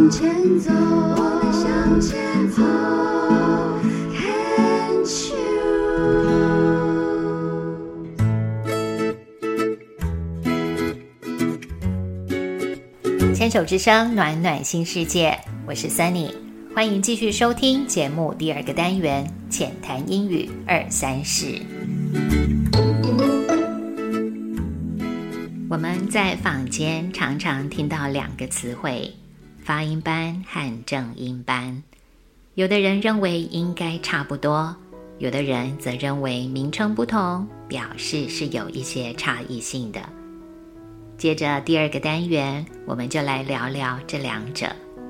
向前走，我们向前走。 牵手之声，暖暖新世界，我是 Sunny， 欢迎继续收听节目第二个单元浅谈英语234。我们在坊间常常听到两个词汇，发音班和正音班。有的人认为应该差不多，有的人则认为名称不同，表示是有一些差异性的。接着第二个单元，我们就来聊聊这两者。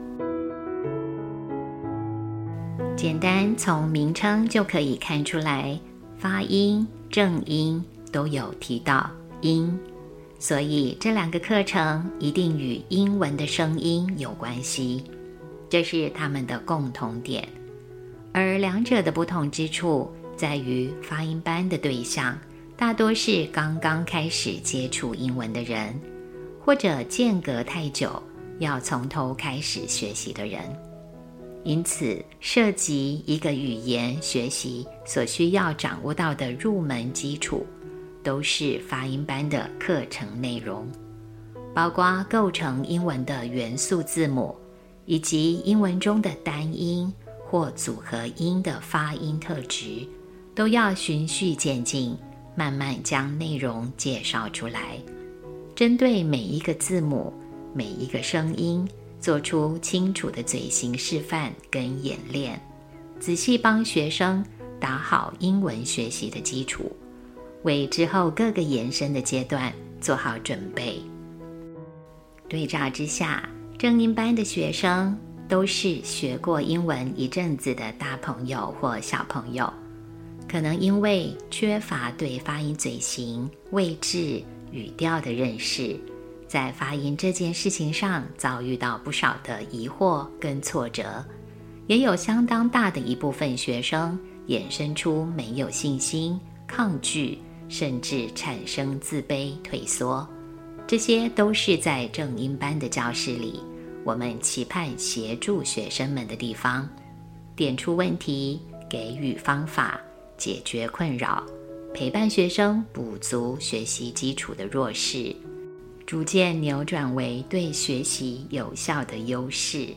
简单从名称就可以看出来，发音、正音都有提到音，所以这两个课程一定与英文的声音有关系，这是他们的共同点。而两者的不同之处在于，发音班的对象大多是刚刚开始接触英文的人，或者间隔太久要从头开始学习的人。因此，涉及一个语言学习所需要掌握到的入门基础，都是发音班的课程内容，包括构成英文的元素字母，以及英文中的单音或组合音的发音特质，都要循序渐进，慢慢将内容介绍出来，针对每一个字母、每一个声音，做出清楚的嘴型示范跟演练，仔细帮学生打好英文学习的基础，为之后各个延伸的阶段做好准备。对照之下，正音班的学生都是学过英文一阵子的大朋友或小朋友，可能因为缺乏对发音嘴型、位置、语调的认识，在发音这件事情上遭遇到不少的疑惑跟挫折，也有相当大的一部分学生衍生出没有信心、抗拒，甚至产生自卑、退缩。这些都是在正音班的教室里，我们期盼协助学生们的地方，点出问题，给予方法，解决困扰，陪伴学生补足学习基础的弱势，逐渐扭转为对学习有效的优势。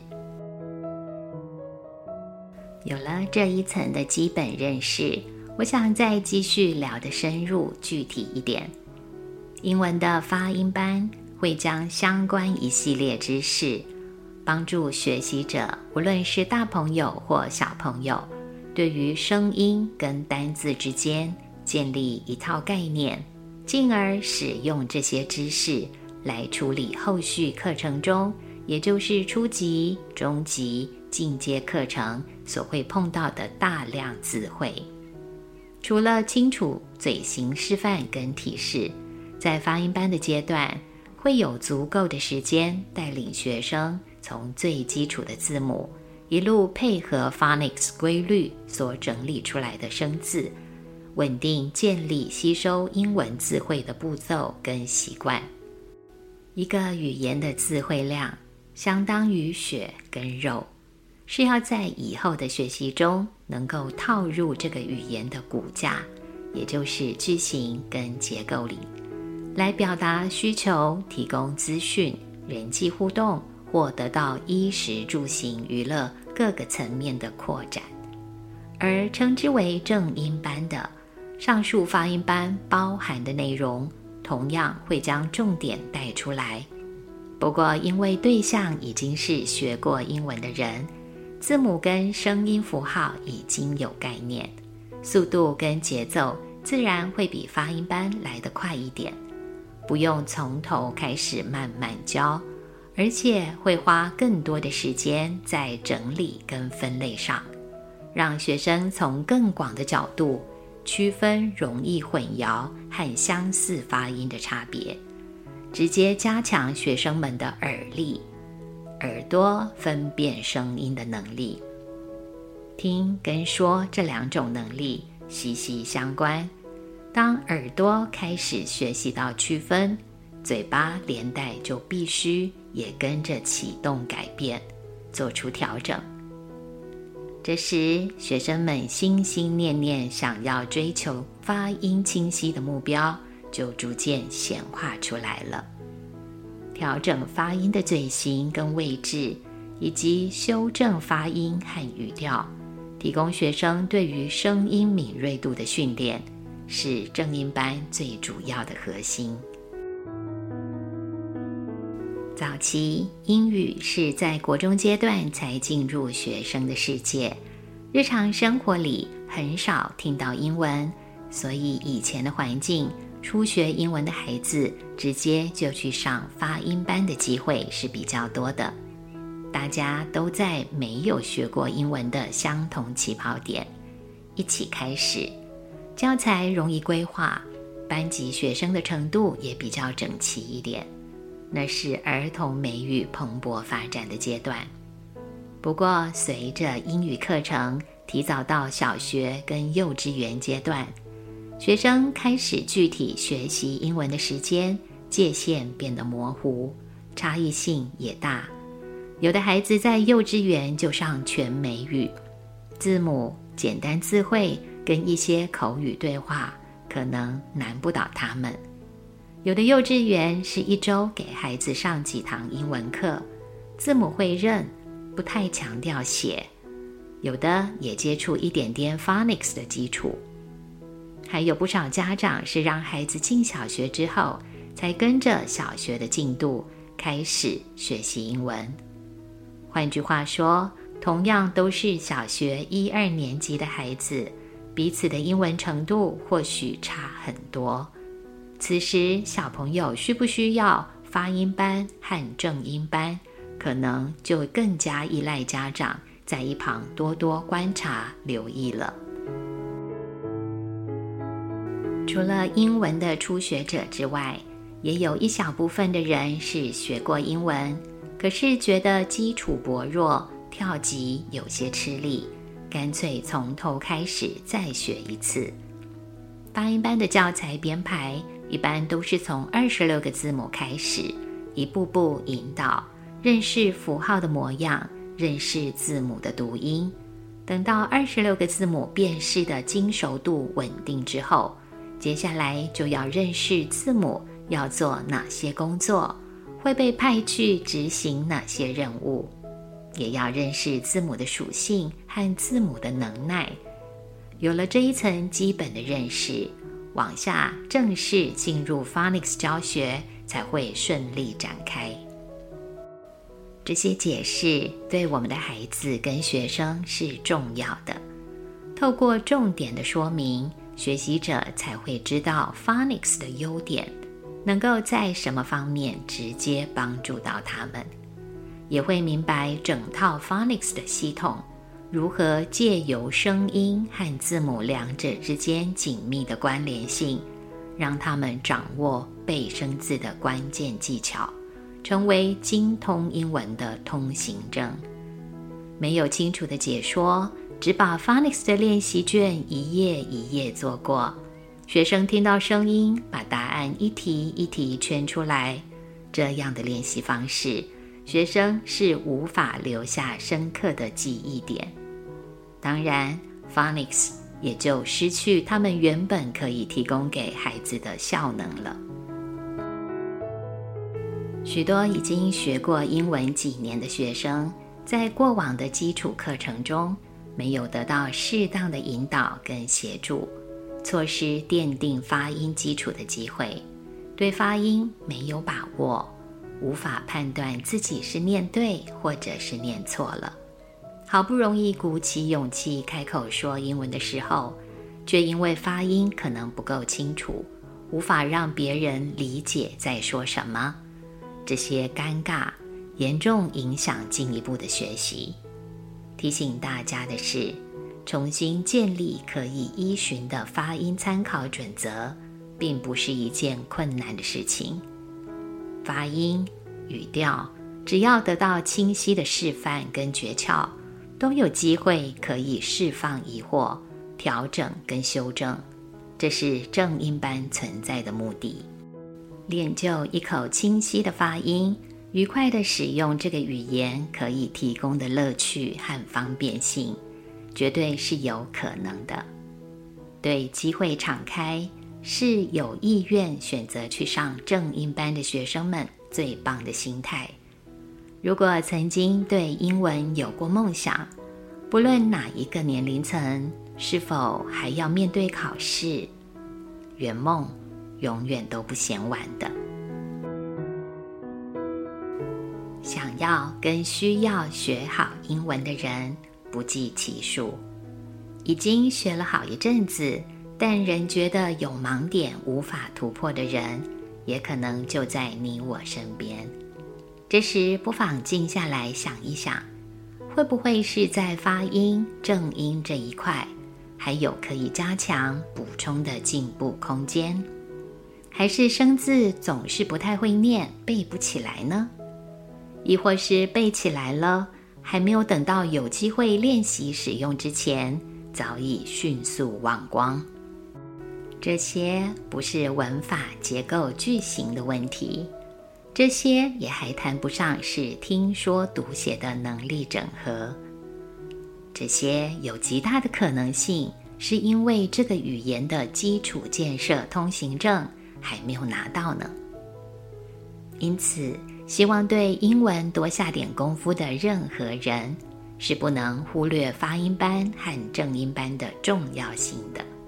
有了这一层的基本认识，我想再继续聊得深入具体一点。英文的发音班会将相关一系列知识帮助学习者，无论是大朋友或小朋友，对于声音跟单字之间建立一套概念，进而使用这些知识来处理后续课程中，也就是初级、中级、进阶课程所会碰到的大量词汇。除了清楚嘴型示范跟提示，在发音班的阶段，会有足够的时间带领学生从最基础的字母，一路配合 phonics 规律所整理出来的生字，稳定建立吸收英文字汇的步骤跟习惯。一个语言的字汇量相当于血跟肉，是要在以后的学习中能够套入这个语言的骨架，也就是句型跟结构里，来表达需求、提供资讯、人际互动，或得到衣食住行娱乐各个层面的扩展。而称之为正音班的，上述发音班包含的内容同样会将重点带出来，不过因为对象已经是学过英文的人，字母跟声音符号已经有概念，速度跟节奏自然会比发音班来得快一点，不用从头开始慢慢教，而且会花更多的时间在整理跟分类上，让学生从更广的角度区分容易混淆和相似发音的差别，直接加强学生们的耳力，耳朵分辨声音的能力。听跟说这两种能力息息相关，当耳朵开始学习到区分，嘴巴连带就必须也跟着启动改变， 做出调整。这时，学生们心心念念想要追求发音清晰的目标就逐渐显化出来了。调整发音的嘴型跟位置，以及修正发音和语调，提供学生对于声音敏锐度的训练，是正音班最主要的核心。早期英语是在国中阶段才进入学生的世界，日常生活里很少听到英文，所以以前的环境，初学英文的孩子直接就去上发音班的机会是比较多的。大家都在没有学过英文的相同起跑点，一起开始，教材容易规划，班级学生的程度也比较整齐一点。那是儿童美语蓬勃发展的阶段。不过，随着英语课程提早到小学跟幼稚园阶段，学生开始具体学习英文的时间界限变得模糊，差异性也大。有的孩子在幼稚园就上全美语，字母、简单字汇跟一些口语对话可能难不倒他们。有的幼稚园是一周给孩子上几堂英文课，字母会认，不太强调写。有的也接触一点点 phonics 的基础。还有不少家长是让孩子进小学之后，才跟着小学的进度开始学习英文。换句话说，同样都是小学1、2年级的孩子，彼此的英文程度或许差很多。此时，小朋友需不需要发音班和正音班，可能就更加依赖家长在一旁多多观察留意了。除了英文的初学者之外，也有一小部分的人是学过英文，可是觉得基础薄弱，跳级有些吃力，干脆从头开始再学一次。发音班的教材编排一般都是从26个字母开始，一步步引导，认识符号的模样，认识字母的读音。等到26个字母辨识的精熟度稳定之后，接下来就要认识字母要做哪些工作，会被派去执行哪些任务，也要认识字母的属性和字母的能耐。有了这一层基本的认识，往下正式进入 phonics 教学才会顺利展开。这些解释对我们的孩子跟学生是重要的。透过重点的说明，学习者才会知道 phonics 的优点，能够在什么方面直接帮助到他们，也会明白整套 phonics 的系统如何借由声音和字母两者之间紧密的关联性，让他们掌握背生字的关键技巧，成为精通英文的通行证。没有清楚的解说，只把 phonics 的练习卷一页一页做过，学生听到声音，把答案一题一题圈出来，这样的练习方式，学生是无法留下深刻的记忆点。当然 phonics 也就失去他们原本可以提供给孩子的效能了。许多已经学过英文几年的学生，在过往的基础课程中没有得到适当的引导跟协助，错失奠定发音基础的机会，对发音没有把握，无法判断自己是念对或者是念错了。好不容易鼓起勇气开口说英文的时候，却因为发音可能不够清楚，无法让别人理解在说什么。这些尴尬严重影响进一步的学习。提醒大家的是，重新建立可以依循的发音参考准则，并不是一件困难的事情。发音、语调，只要得到清晰的示范跟诀窍，都有机会可以释放疑惑，调整跟修正。这是正音班存在的目的。练就一口清晰的发音， 愉快地使用这个语言可以提供的乐趣和方便性，绝对是有可能的。对机会敞开，是有意愿选择去上正音班的学生们最棒的心态。如果曾经对英文有过梦想，不论哪一个年龄层，是否还要面对考试，圆梦永远都不嫌晚的。想要跟需要学好英文的人不计其数，已经学了好一阵子，但仍觉得有盲点无法突破的人，也可能就在你我身边。这时不妨静下来想一想，会不会是在发音、正音这一块还有可以加强补充的进步空间？还是生字总是不太会念，背不起来呢？亦或是背起来了，还没有等到有机会练习使用之前，早已迅速忘光？这些不是文法、结构、句型的问题，这些也还谈不上是听说读写的能力整合。这些有极大的可能性是因为这个语言的基础建设通行证还没有拿到呢。因此，希望对英文多下点功夫的任何人，是不能忽略发音班和正音班的重要性的。